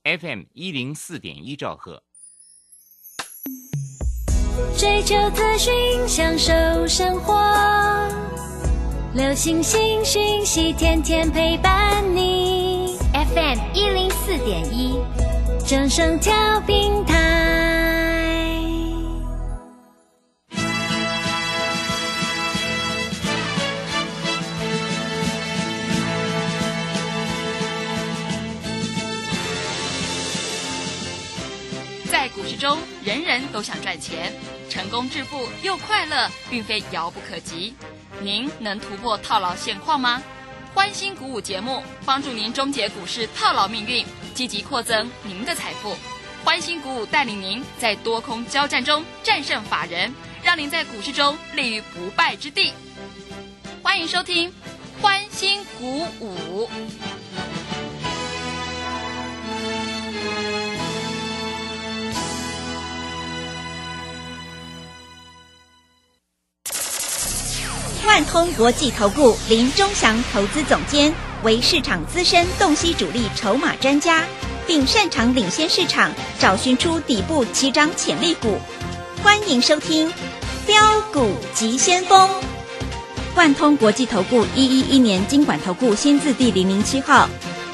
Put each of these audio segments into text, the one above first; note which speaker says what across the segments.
Speaker 1: FM104.1兆赫。
Speaker 2: 追求资讯，享受生活，流行新讯息，天天陪伴你。FM104.1，正声调频台。
Speaker 3: 在股市中，人人都想赚钱，成功致富又快乐，并非遥不可及。您能突破套牢现况吗？欢欣鼓舞节目帮助您终结股市套牢命运，积极扩增您的财富。欢欣鼓舞带领您在多空交战中战胜法人，让您在股市中立于不败之地。欢迎收听欢欣鼓舞。
Speaker 4: 万通国际投顾林钟祥投资总监为市场资深洞悉主力筹码专家，并擅长领先市场，找寻出底部起涨潜力股。欢迎收听标股急先锋。万通国际投顾111年金管投顾新字第007号。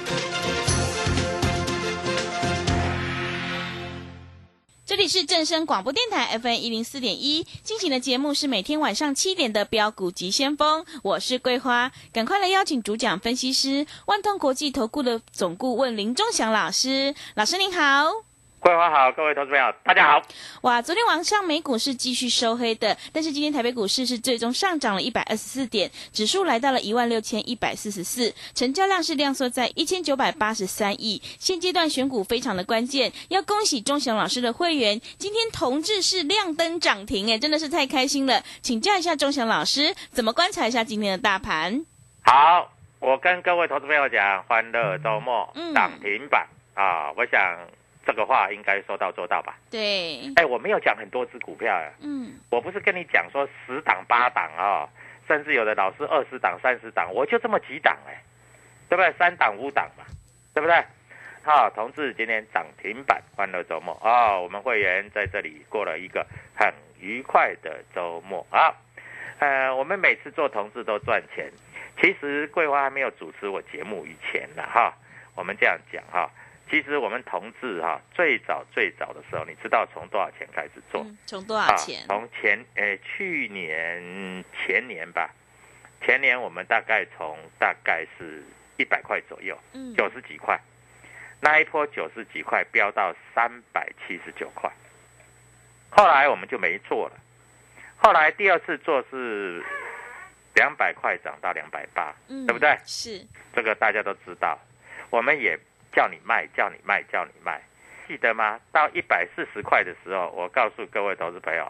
Speaker 5: 这里是正声广播电台 FM104.1，进行的节目是每天晚上7点的标股急先锋，我是桂花，赶快来邀请主讲分析师万通国际投顾的总顾问林钟祥老师。老师您好。
Speaker 6: 桂花好，各位投资朋友大家好。
Speaker 5: 哇，昨天晚上美股是继续收黑的，但是今天台北股市是最终上涨了124点，指数来到了16144，成交量是量缩在1983亿。现阶段选股非常的关键，要恭喜钟祥老师的会员，今天同志是亮灯涨停，真的是太开心了。请教一下钟祥老师，怎么观察一下今天的大盘？
Speaker 6: 好，我跟各位投资朋友讲，欢乐周末涨停板啊，我想这个话应该说到做到吧？
Speaker 5: 对。
Speaker 6: 我没有讲很多只股票呀。我不是跟你讲说10档8档啊，甚至有的老师20档30档，我就这么几档对不对？3档5档嘛，对不对？好，同志今天涨停板，欢乐周末啊，我们会员在这里过了一个很愉快的周末啊。我们每次做同志都赚钱。其实桂花还没有主持我节目以前呢我们这样讲其实我们同志最早的时候，你知道从多少钱开始做？
Speaker 5: 从多少钱？
Speaker 6: 从去年前年吧，前年我们大概是100块左右，90几块，那一波90几块飙到379块，后来我们就没做了。后来第二次做是200块涨到280，对不对？
Speaker 5: 是，这
Speaker 6: 个大家都知道，我们也叫你卖，记得吗？到140块的时候，我告诉各位投资朋友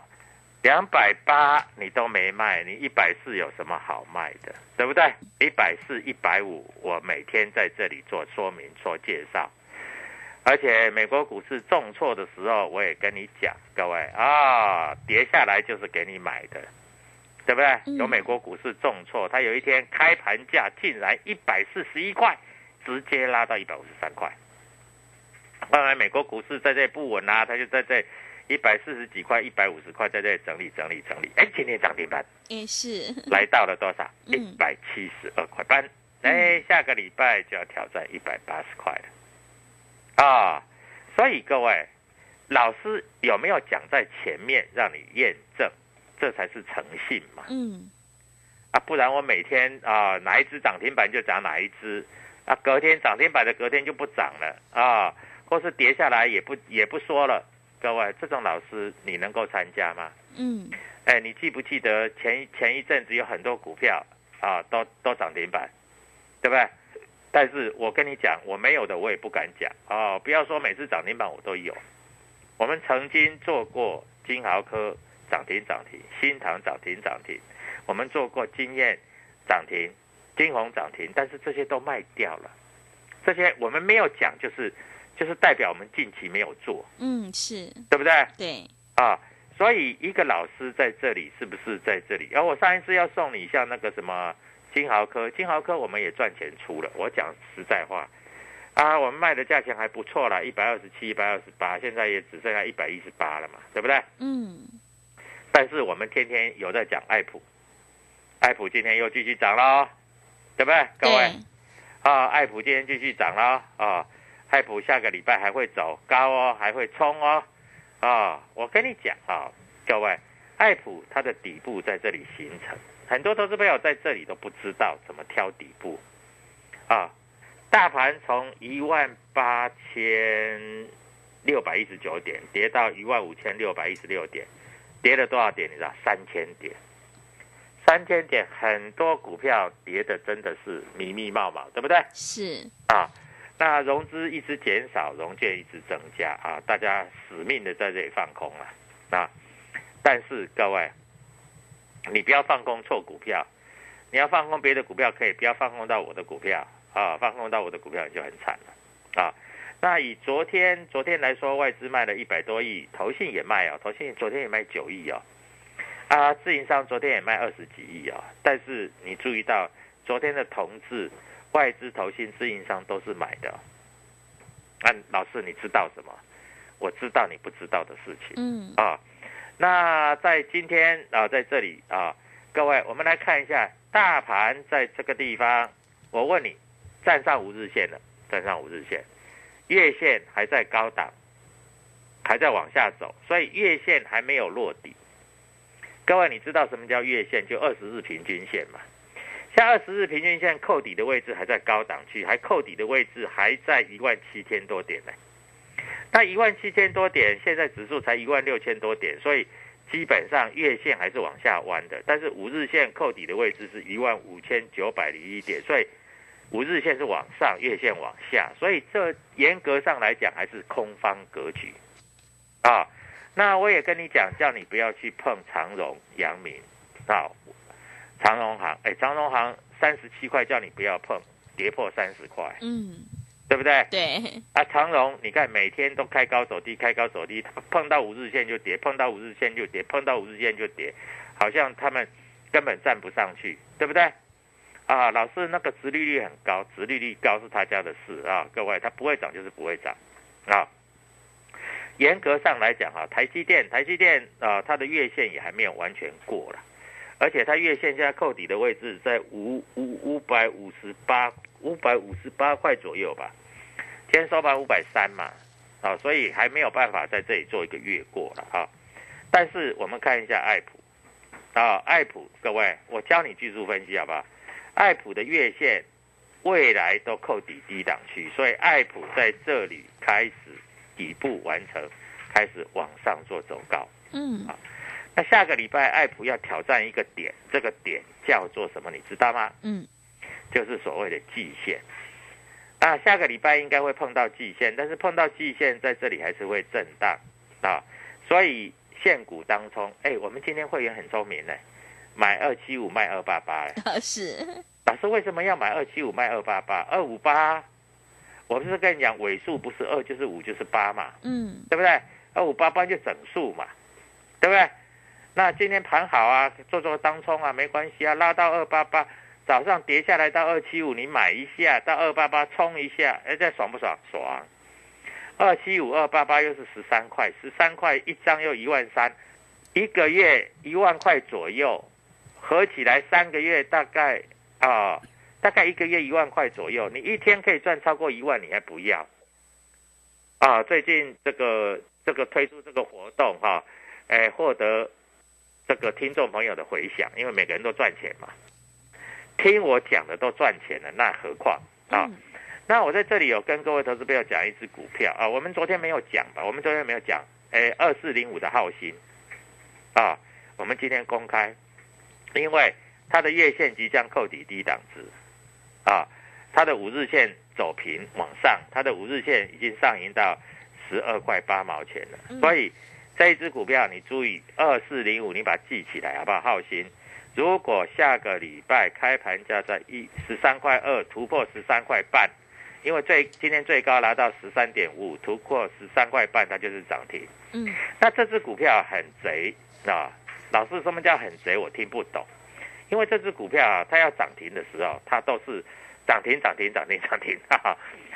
Speaker 6: ，280你都没卖，你140有什么好卖的，对不对？140、150，我每天在这里做说明、做介绍，而且美国股市重挫的时候，我也跟你讲，各位跌下来就是给你买的，对不对？有美国股市重挫，它有一天开盘价竟然141块。直接拉到153块，后来美国股市在这不稳它就在这140几块、150块在这整理。今天涨停板
Speaker 5: 也是
Speaker 6: 来到了多少？172块半。下个礼拜就要挑战180块了所以各位，老师有没有讲在前面让你验证？这才是诚信嘛。不然我每天哪一只涨停板就涨哪一只。隔天涨停板的隔天就不涨了或是跌下来也不说了。各位，这种老师你能够参加吗？你记不记得前一阵子有很多股票都涨停板，对不对？但是我跟你讲，我没有的我也不敢讲不要说每次涨停板我都有。我们曾经做过金豪科涨停，新唐涨停，我们做过经验涨停，金鸿涨停，但是这些都卖掉了。这些我们没有讲，就是代表我们近期没有做。
Speaker 5: 是，
Speaker 6: 对不对？
Speaker 5: 对
Speaker 6: 所以一个老师在这里是不是在这里？我上一次要送你像那个什么金豪科我们也赚钱出了。我讲实在话， 啊，我们卖的价钱还不错啦，127、128，现在也只剩下118了嘛，对不对？但是我们天天有在讲爱普，爱普今天又继续涨了，对不对？各位，爱普今天继续涨了啊，爱普下个礼拜还会走高哦，还会冲哦，我跟你讲啊，各位，爱普它的底部在这里形成，很多投资朋友在这里都不知道怎么挑底部啊。大盘从18619点跌到15616点，跌了多少点？你知道？3000点，3000点，很多股票跌的真的是密密麻麻，对不对？
Speaker 5: 是
Speaker 6: 啊，那融资一直减少，融券一直增加啊，大家死命的在这里放空啊，但是各位，你不要放空错股票，你要放空别的股票可以，不要放空到我的股票。放空到我的股票你就很惨了啊！那以昨天来说，外资卖了100多亿，投信也卖投信昨天也卖9亿自营商昨天也卖20几亿但是你注意到昨天的同志、外资、投信、自营商都是买的。老师你知道什么？我知道你不知道的事情。那在今天在这里各位我们来看一下大盘在这个地方，我问你。站上5日线了，站上5日线，月线还在高档，还在往下走，所以月线还没有落底。各位，你知道什么叫月线？就20日平均线嘛。像20日平均线扣底的位置还在高档区，还扣底的位置还在17000多点呢。那17000多点，现在指数才16000多点，所以基本上月线还是往下弯的。但是5日线扣底的位置是15901点，所以5日线是往上，月线往下，所以这严格上来讲还是空方格局那我也跟你讲，叫你不要去碰长荣、阳明长荣行，长荣行37块，叫你不要碰，跌破30块，对不对？
Speaker 5: 对
Speaker 6: 长荣你看每天都开高走低，开高走低，碰到5日线就跌，碰到5日线就跌，碰到5日线就跌，好像他们根本站不上去，对不对？老师那个殖利率很高，殖利率高是他家的事各位，他不会涨就是不会涨严格上来讲台积电它的月线也还没有完全过了，而且它月线现在扣底的位置在558块左右吧，今天收盘530嘛所以还没有办法在这里做一个越过了但是我们看一下爱普爱普，各位我教你技术分析好不好？爱普的月线未来都扣底低档区，所以爱普在这里开始底部完成，开始往上做走高。那下个礼拜爱普要挑战一个点，这个点叫做什么？你知道吗？就是所谓的季线。下个礼拜应该会碰到季线，但是碰到季线在这里还是会震荡所以现股当冲，我们今天会员很聪明呢。买275卖288
Speaker 5: 是
Speaker 6: 老师为什么要买275卖288？258我不是跟你讲尾数不是2就是5就是8嘛，对不对？258就整数嘛，对不对？那今天盘好做当冲没关系拉到288，早上跌下来到275你买一下，到288冲一下，这爽不爽？爽。275、288又是13块，13块一张又13000，一个月1万块左右。合起来3个月大概一个月1万块左右，你一天可以赚超过1万，你还不要最近这个推出这个活动获得这个听众朋友的回响，因为每个人都赚钱嘛，听我讲的都赚钱了，那何况那我在这里有跟各位投资朋友讲一只股票我们昨天没有讲吧？我们昨天没有讲2405的浩鑫我们今天公开。因为它的月线即将扣底低档值它的5日线走平往上，它的5日线已经上移到12块8毛钱了所以这一只股票你注意2405，你把它记起来好不好？浩鑫如果下个礼拜开盘价在13块2突破13块半，因为今天最高拿到13.5，突破13块半它就是涨停那这只股票很贼老师什么叫很贼？我听不懂，因为这只股票它要涨停的时候，它都是涨停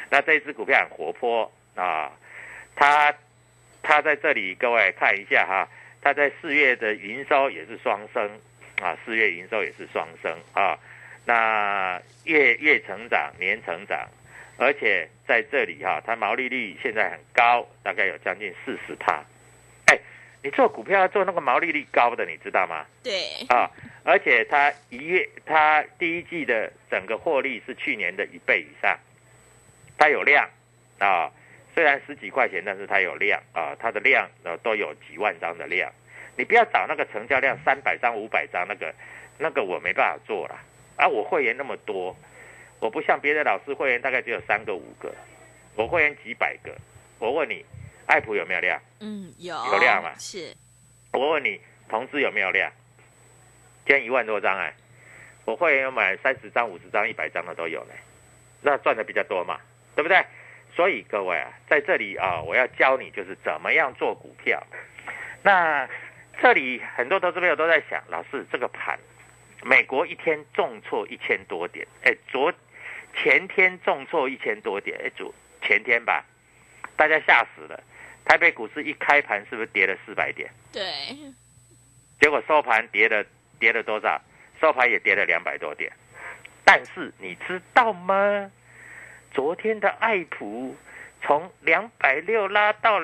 Speaker 6: 那这一只股票很活泼啊，它在这里各位看一下哈，它在4月的营收也是双升啊，4月营收也是双升啊，那月成长，年成长，而且在这里哈，它毛利率现在很高，大概有将近40%。哎，你做股票要做那个毛利率高的，你知道吗？
Speaker 5: 对
Speaker 6: 啊，而且它第一季的整个获利是去年的1倍以上，它有量啊，虽然10几块钱，但是它有量啊，它的量都有几万张的量。你不要找那个成交量300张、500张那个我没办法做了啊，我会员那么多，我不像别的老师会员大概只有3个5个，我会员几百个。我问你，爱普有没有量？
Speaker 5: 有
Speaker 6: 量嘛？
Speaker 5: 是。
Speaker 6: 我问你，同资有没有量？今天1万多张哎，我会员有买30张、50张、100张的都有嘞，那赚的比较多嘛，对不对？所以各位啊，在这里啊，我要教你就是怎么样做股票。那这里很多投资朋友都在想，老师这个盘，美国一天重挫1000多点，前天重挫1000多点，前天吧，大家吓死了。台北股市一开盘是不是跌了400点？
Speaker 5: 对。
Speaker 6: 结果收盘跌了多少？收盘也跌了200多点。但是你知道吗？昨天的爱普从260拉到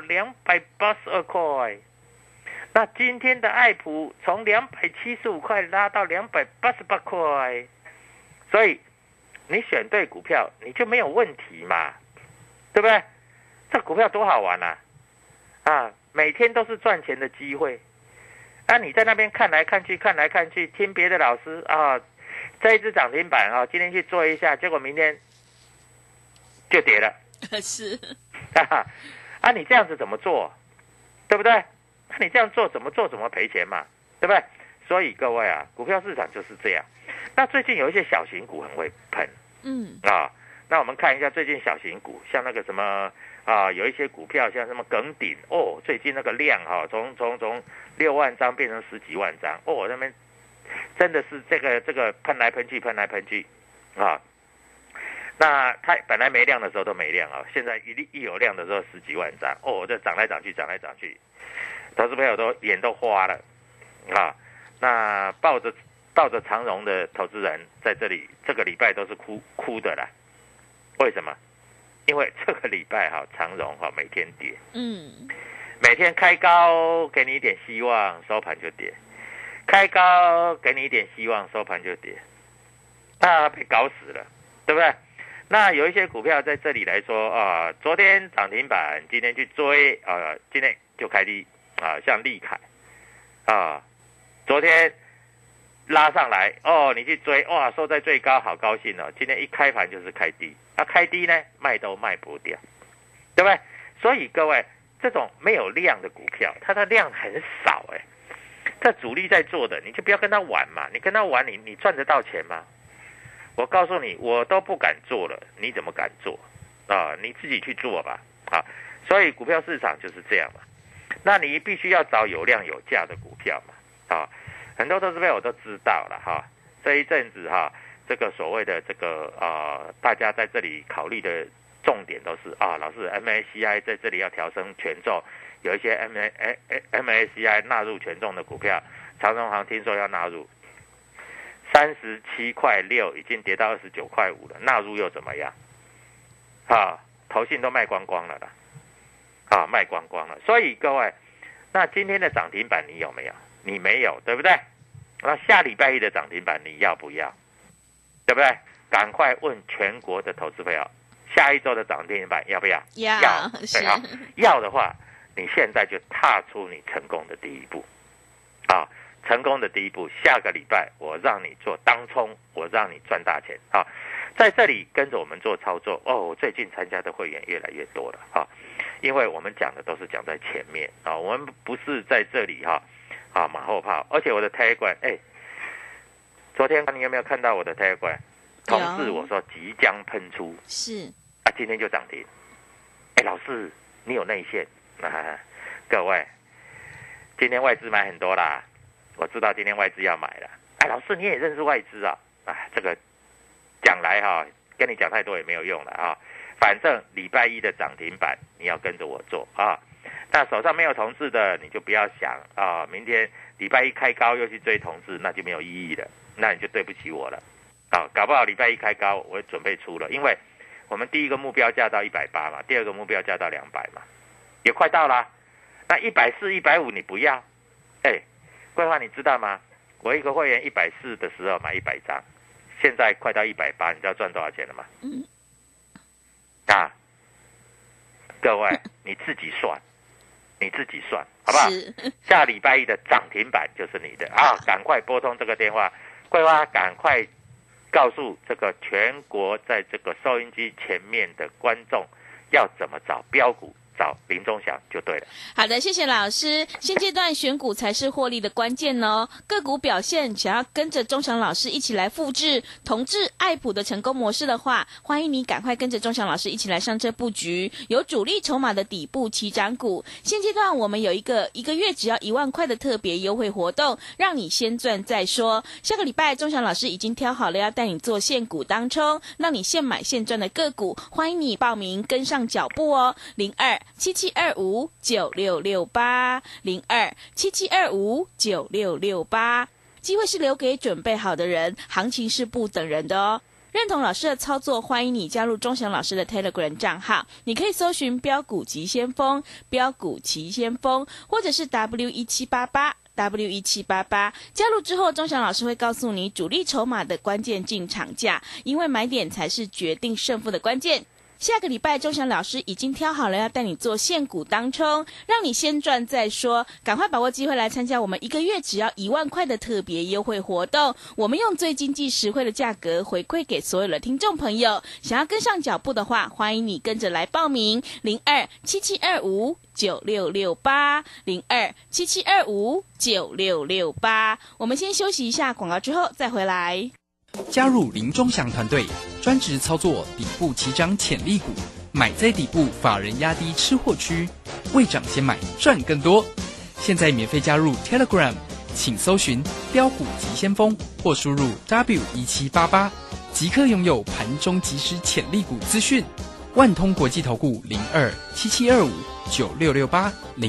Speaker 6: 282块，那今天的爱普从275块拉到288块，所以你选对股票，你就没有问题嘛，对不对？这股票多好玩啊！每天都是赚钱的机会。啊，你在那边看来看去，听别的老师啊，这一只涨停板啊，今天去做一下，结果明天就跌了。
Speaker 5: 是。
Speaker 6: 啊，你这样子怎么做？对不对？那你这样做怎么赔钱嘛？对不对？所以各位啊，股票市场就是这样。那最近有一些小型股很会喷，那我们看一下最近小型股，像那个什么啊，有一些股票像什么耿鼎哦，最近那个量从6万张变成10几万张哦，那边真的是这个喷来喷去啊。那它本来没量的时候都没量啊，现在一有量的时候10几万张哦，这涨来涨去，投资朋友都眼都花了啊。那抱着长荣的投资人在这里这个礼拜都是哭的啦。为什么？因为这个礼拜长荣每天跌，每天开高给你一点希望，收盘就跌；开高给你一点希望，收盘就跌，那被搞死了，对不对？那有一些股票在这里来说啊，昨天涨停板，今天去追啊，今天就开低啊，像立凯啊，昨天拉上来哦，你去追哇，收在最高，好高兴哦！今天一开盘就是开低，开低呢卖都卖不掉，对不对？所以各位，这种没有量的股票，它的量很少这主力在做的，你就不要跟他玩嘛，你跟他玩你赚得到钱吗？我告诉你，我都不敢做了，你怎么敢做啊？你自己去做吧啊！所以股票市场就是这样嘛，那你必须要找有量有价的股票嘛啊！很多投资朋友都知道了哈，这一阵子这个所谓的这个大家在这里考虑的重点都是老师 MACI 在这里要调升权重，有一些 MACI 纳入权重的股票，长荣航听说要纳入37.6块，已经跌到29.5块了，纳入又怎么样？投信都卖光光了啦，卖光光了。所以各位，那今天的涨停板你有没有？你没有，对不对？那下礼拜一的涨停板你要不要？对不对？赶快问全国的投资朋友，下一周的涨停板要不要？
Speaker 5: 要，
Speaker 6: 对啊，要的话，你现在就踏出你成功的第一步啊！成功的第一步，下个礼拜我让你做当冲，我让你赚大钱啊！在这里跟着我们做操作哦，最近参加的会员越来越多了啊，因为我们讲的都是讲在前面啊，我们不是在这里马后炮，而且我的 Telegram 昨天你有没有看到我的 Telegram 通知我说即将喷出？
Speaker 5: 是
Speaker 6: 今天就涨停。老师你有内线各位，今天外资买很多啦，我知道今天外资要买了。老师你也认识外资这个讲来跟你讲太多也没有用了反正礼拜一的涨停板你要跟着我做啊。那手上没有同志的，你就不要想啊，明天礼拜一开高又去追同志，那就没有意义了，那你就对不起我了啊。搞不好礼拜一开高，我准备出了，因为我们第一个目标价到180嘛，第二个目标价到200嘛，也快到了。那140、150你不要，桂花你知道吗？我一个会员140的时候买100张，现在快到180，你知道赚多少钱了吗？啊，各位你自己算，好不好？下礼拜一的涨停板就是你的啊！赶快拨通这个电话，桂花赶快告诉这个全国在这个收音机前面的观众要怎么找标股。找林宗祥就对了。
Speaker 5: 好的，谢谢老师。现阶段选股才是获利的关键哦。个股表现想要跟着钟祥老师一起来复制同志爱普的成功模式的话，欢迎你赶快跟着钟祥老师一起来上车布局有主力筹码的底部起涨股。现阶段我们有一个月只要1万块的特别优惠活动，让你先赚再说。下个礼拜钟祥老师已经挑好了要带你做现股当冲，让你现买现赚的个股，欢迎你报名跟上脚步哦。02-7725-9668，02-7725-9668，机会是留给准备好的人，行情是不等人的哦。认同老师的操作，欢迎你加入钟祥老师的 Telegram 账号，你可以搜寻标股急先锋、标股急先锋，或者是 W1788。加入之后，钟祥老师会告诉你主力筹码的关键进场价，因为买点才是决定胜负的关键。下个礼拜钟祥老师已经挑好了要带你做现股当冲，让你先赚再说，赶快把握机会来参加我们1个月只要1万块的特别优惠活动。我们用最经济实惠的价格回馈给所有的听众朋友，想要跟上脚步的话，欢迎你跟着来报名02-7725-9668 02-7725-9668。我们先休息一下广告之后再回来。
Speaker 1: 加入林钟祥团队，专职操作底部起涨潜力股，买在底部，法人压低吃货区，未涨先买赚更多。现在免费加入 Telegram， 请搜寻标股急先锋或输入 W1788， 即刻拥有盘中即时潜力股资讯。万通国际投顾02-7725-9668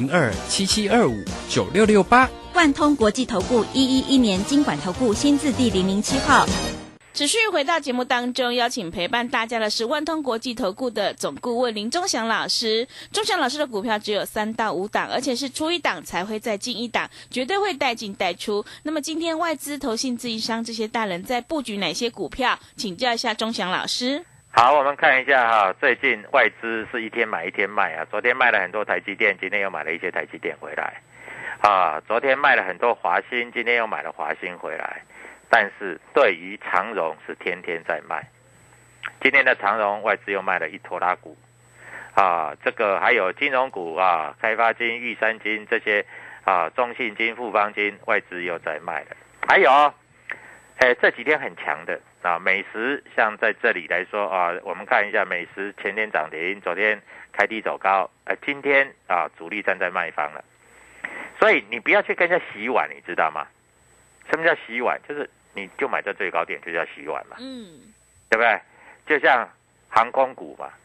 Speaker 1: 02-7725-9668。
Speaker 4: 万通国际投顾111年金管投顾新字第007号。
Speaker 5: 持续回到节目当中，邀请陪伴大家的是万通国际投顾的总顾问林钟祥老师。钟祥老师的股票只有3到5档，而且是出一档才会再进一档，绝对会带进带出。那么今天外资、投信、自营商这些大人在布局哪些股票？请教一下钟祥老师。
Speaker 6: 好，我们看一下哈，最近外资是一天买一天卖啊，昨天卖了很多台积电，今天又买了一些台积电回来啊，昨天卖了很多华兴，今天又买了华兴回来。但是对于长荣是天天在卖，今天的长荣外资又卖了一拖拉股啊，这个还有金融股啊，开发金、玉山金这些啊，中信金、富邦金外资又在卖了。还有这几天很强的啊，美食像在这里来说啊，我们看一下美食前天涨停，昨天开低走高，今天啊主力站在卖方了，所以你不要去跟人家洗碗，你知道吗？什么叫洗碗？就是你就买在最高点，就叫洗碗嘛，对不对？就像航空股嘛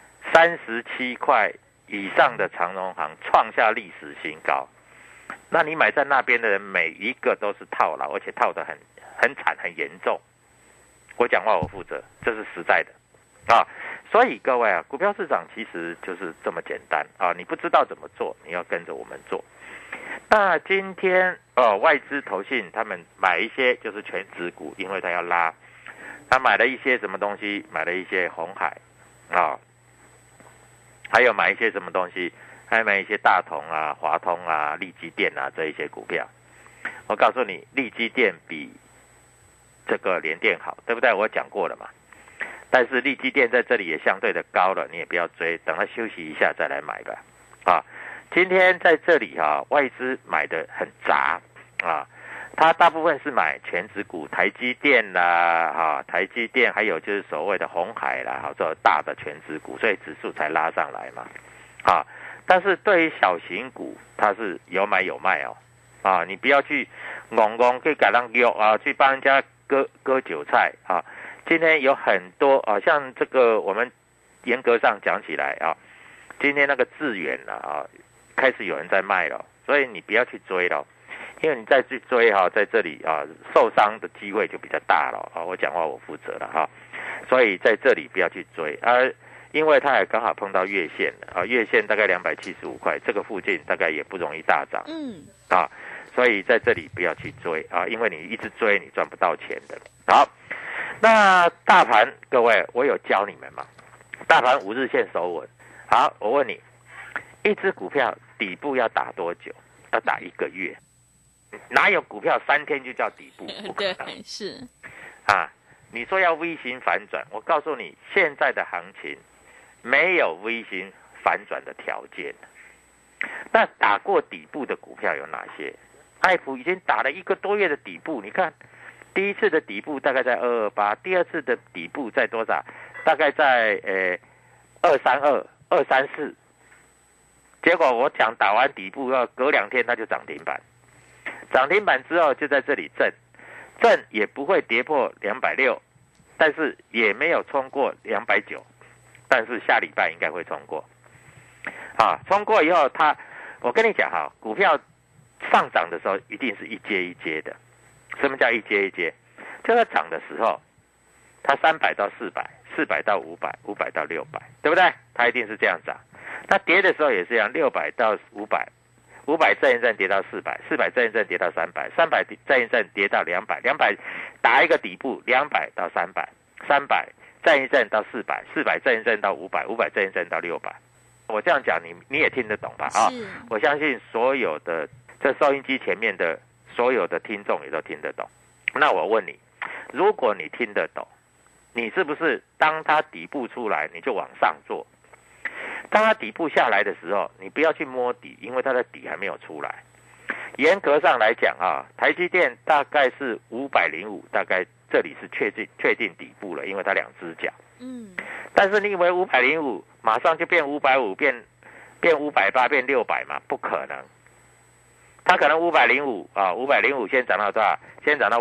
Speaker 6: ，37块以上的长荣航创下历史新高，那你买在那边的人每一个都是套牢，而且套得很惨很严重。我讲话我负责，这是实在的啊。所以各位啊，股票市场其实就是这么简单啊，你不知道怎么做，你要跟着我们做。那今天外资投信他们买一些就是全指股，因为他要拉，他买了一些什么东西？买了一些鸿海啊，还有买一些什么东西？还买一些大同啊、华通啊、力积电啊这一些股票。我告诉你，力积电比这个联电好，对不对？我讲过了嘛。但是力积电在这里也相对的高了，你也不要追，等它休息一下再来买吧。啊，今天在这里啊，外资买的很杂啊，它大部分是买全指股，台积电啦，台积电还有就是所谓的鸿海啦，这大的全指股，所以指数才拉上来嘛。啊，但是对于小型股，它是有买有卖哦。啊，你不要去去给人约啊，去帮人家割韭菜啊。今天有很多啊，像这个我们严格上讲起来啊，今天那个智原啊，开始有人在卖了，所以你不要去追了，因为你再去追哈，在这里啊受伤的机会就比较大了啊。我讲话我负责了哈，所以在这里不要去追因为它也刚好碰到月线了月线大概275块，这个附近大概也不容易大涨，所以在这里不要去追因为你一直追你赚不到钱的。好，那大盘各位，我有教你们嘛？大盘5日线守稳。好，我问你，一只股票底部要打多久？要打1个月？哪有股票3天就叫底部？
Speaker 5: 对，是
Speaker 6: 你说要 V 型反转，我告诉你，现在的行情没有 V 型反转的条件。那打过底部的股票有哪些？爱普已经打了1个多月的底部，你看第一次的底部大概在228，第二次的底部在多少？大概在232、234。结果我讲打完底部要隔2天它就涨停板，涨停板之后就在这里震也不会跌破260，但是也没有冲过290，但是下礼拜应该会冲过。冲过以后我跟你讲股票上涨的时候一定是一阶一阶的。什么叫一阶一阶？就是涨的时候它300到400，400到500，500到600，对不对？它一定是这样涨。那跌的时候也是这样，600到500，500震一震跌到400，400震一震跌到300，300震一震跌到200，200打一个底部，200到300，300震一震到400，400震一震到500，500震一震到600。我这样讲你也听得懂吧？我相信所有的这收音机前面的所有的听众也都听得懂。那我问你，如果你听得懂，你是不是当它底部出来你就往上做？当它底部下来的时候，你不要去摸底，因为它的底还没有出来。严格上来讲台积电大概是505，大概这里是确定底部了，因为它2只脚。但是你以为505马上就变550，变580，变600吗？不可能。它可能505先涨到多少？先涨到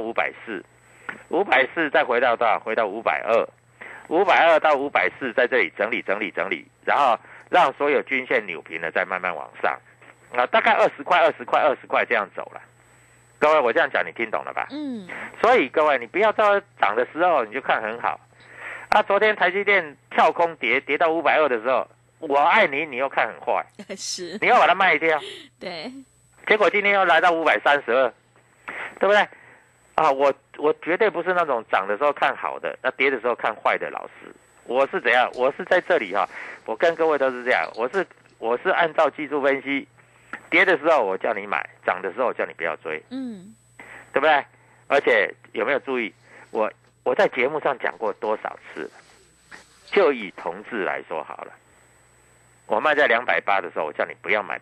Speaker 6: 540，540再回到多少？回到520，520到540，在这里整理，然后让所有均线扭平了，再慢慢往上。大概20块这样走了。各位，我这样讲你听懂了吧？所以各位，你不要到涨的时候你就看很好。昨天台积电跳空跌到520的时候，我爱你，你又看很坏，
Speaker 5: 是，
Speaker 6: 你要把它卖掉。
Speaker 5: 对。
Speaker 6: 结果今天又来到532，对不对？我绝对不是那种涨的时候看好的，那跌的时候看坏的老师。我是怎样？我是在这里我跟各位都是这样。我是按照技术分析，跌的时候我叫你买，涨的时候我叫你不要追，对不对？而且有没有注意，我在节目上讲过多少次了？就以同志来说好了，我卖在280的时候，我叫你不要买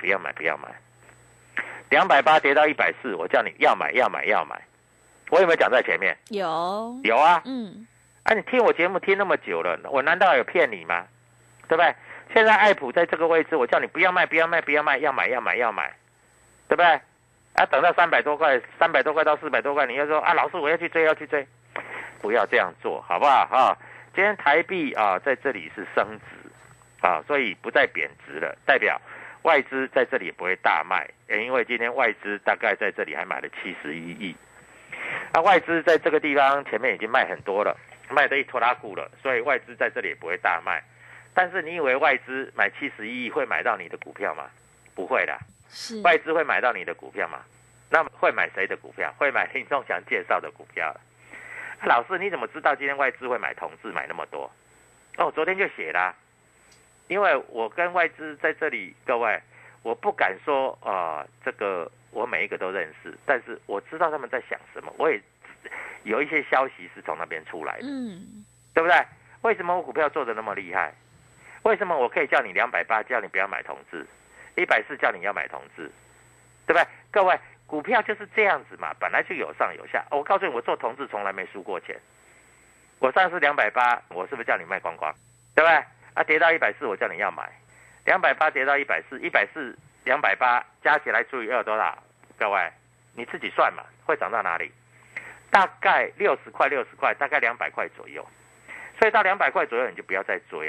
Speaker 6: ，280跌到140，我叫你要买。我有没有讲在前面？有啊。你听我节目听那么久了，我难道有骗你吗？对不对？现在爱普在这个位置，我叫你不要卖，要买，对不对？等到300多块到400多块，你又说老师我要去追，不要这样做，好不好？今天台币在这里是升值所以不再贬值了，代表外资在这里也不会大卖，因为今天外资大概在这里还买了71亿。外资在这个地方前面已经卖很多了，卖得一拖拉库了，所以外资在这里也不会大卖。但是你以为外资买71亿会买到你的股票吗？不会的。
Speaker 5: 是。外
Speaker 6: 资会买到你的股票吗？那会买谁的股票？会买林仲祥介绍的股票了。老师你怎么知道今天外资会买同志买那么多？昨天就写啦。因为我跟外资在这里，各位，我不敢说这个我每一个都认识，但是我知道他们在想什么，我也有一些消息是从那边出来的，对不对？为什么我股票做得那么厉害？为什么我可以叫你280叫你不要买同志，140叫你要买同志，对不对？各位，股票就是这样子嘛，本来就有上有下。我告诉你，我做同志从来没输过钱。我上次280，我是不是叫你卖光光？对不对？跌到140，我叫你要买。280跌到140，140、280加起来除以2多少？各位，你自己算嘛，会涨到哪里？大概60块，大概200块左右。所以到200块左右，你就不要再追了。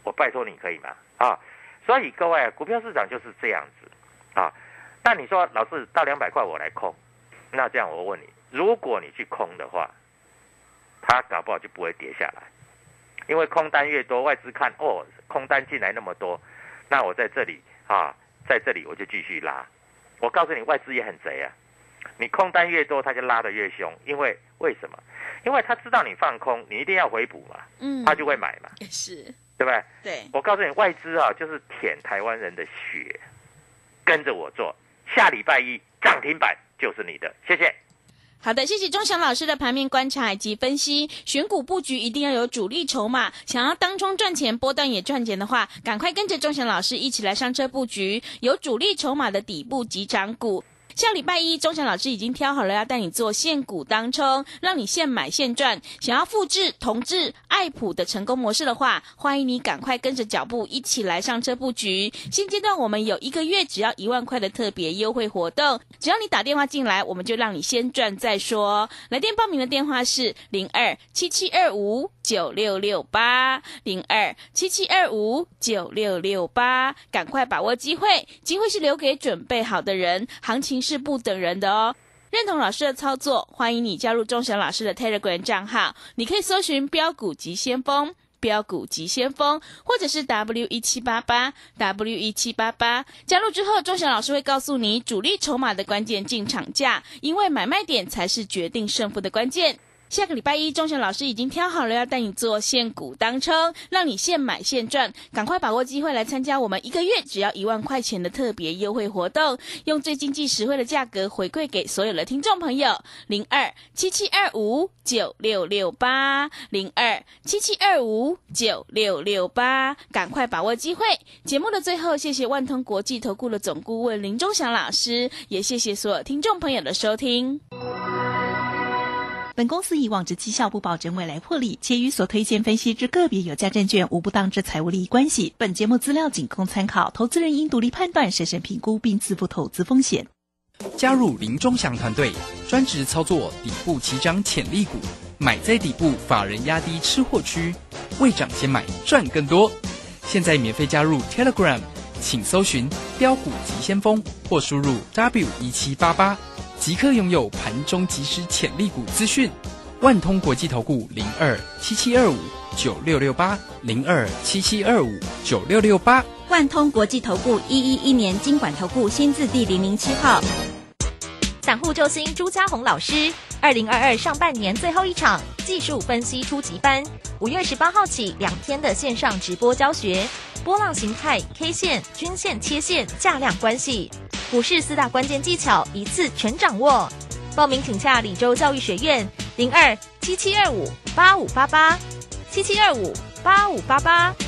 Speaker 6: 我拜托你可以吗？啊，所以各位，股票市场就是这样子啊。那你说老师到200块我来空，那这样我问你，如果你去空的话，它搞不好就不会跌下来，因为空单越多，外资看哦，空单进来那么多，那我在这里啊，在这里我就继续拉。我告诉你，外资也很贼啊，你空单越多，他就拉得越凶，因为什么？因为他知道你放空，你一定要回补嘛，他就会买嘛，
Speaker 5: 是，
Speaker 6: 对不对？
Speaker 5: 对，
Speaker 6: 我告诉你，外资啊，就是舔台湾人的血，跟着我做，下礼拜一涨停板就是你的，谢谢。
Speaker 5: 好的，谢谢钟祥老师的盘面观察以及分析。选股布局一定要有主力筹码，想要当冲赚钱，波段也赚钱的话，赶快跟着钟祥老师一起来上车布局有主力筹码的底部起涨股。下礼拜一，钟祥老师已经挑好了要带你做现股当冲，让你现买现赚。想要复制同致、爱普的成功模式的话，欢迎你赶快跟着脚步一起来上车布局。现阶段我们有1个月只要1万块的特别优惠活动，只要你打电话进来，我们就让你先赚再说。来电报名的电话是02-7725-9668 02-7725-9668，赶快把握机会，机会是留给准备好的人，行情是不等人的哦。认同老师的操作，欢迎你加入钟祥老师的 Telegram 账号，你可以搜寻标股急先锋，标股急先锋，或者是 W1788 W1788。加入之后，钟祥老师会告诉你主力筹码的关键进场价，因为买卖点才是决定胜负的关键。下个礼拜一，钟祥老师已经挑好了要带你做现股当冲，让你现买现赚，赶快把握机会来参加我们1个月只要1万块钱的特别优惠活动，用最经济实惠的价格回馈给所有的听众朋友。02-7725-9668 02-7725-9668，赶快把握机会。节目的最后，谢谢万通国际投顾的总顾问林钟祥老师，也谢谢所有听众朋友的收听。
Speaker 7: 本公司以往之绩效不保证未来获利，且与所推荐分析之个别有价证券无不当之财务利益关系。本节目资料仅供参考，投资人应独立判断、审慎评估并自负投资风险。
Speaker 1: 加入林钟祥团队，专职操作底部起涨潜力股，买在底部，法人压低吃货区，未涨先买赚更多。现在免费加入 Telegram， 请搜寻标股急先锋或输入 W1788，即刻拥有盘中即时潜力股资讯。万通国际投顾02-7725-9668 02-7725-9668。
Speaker 4: 万通国际投顾111年金管投顾新字第007号。
Speaker 8: 散户救星朱家红老师，2022上半年最后一场技术分析初级班，5月18号起2天的线上直播教学，波浪形态、K 线、均线、切线、价量关系，股市4大关键技巧一次全掌握。报名请洽李州教育学院02-7725-8588 7725-8588。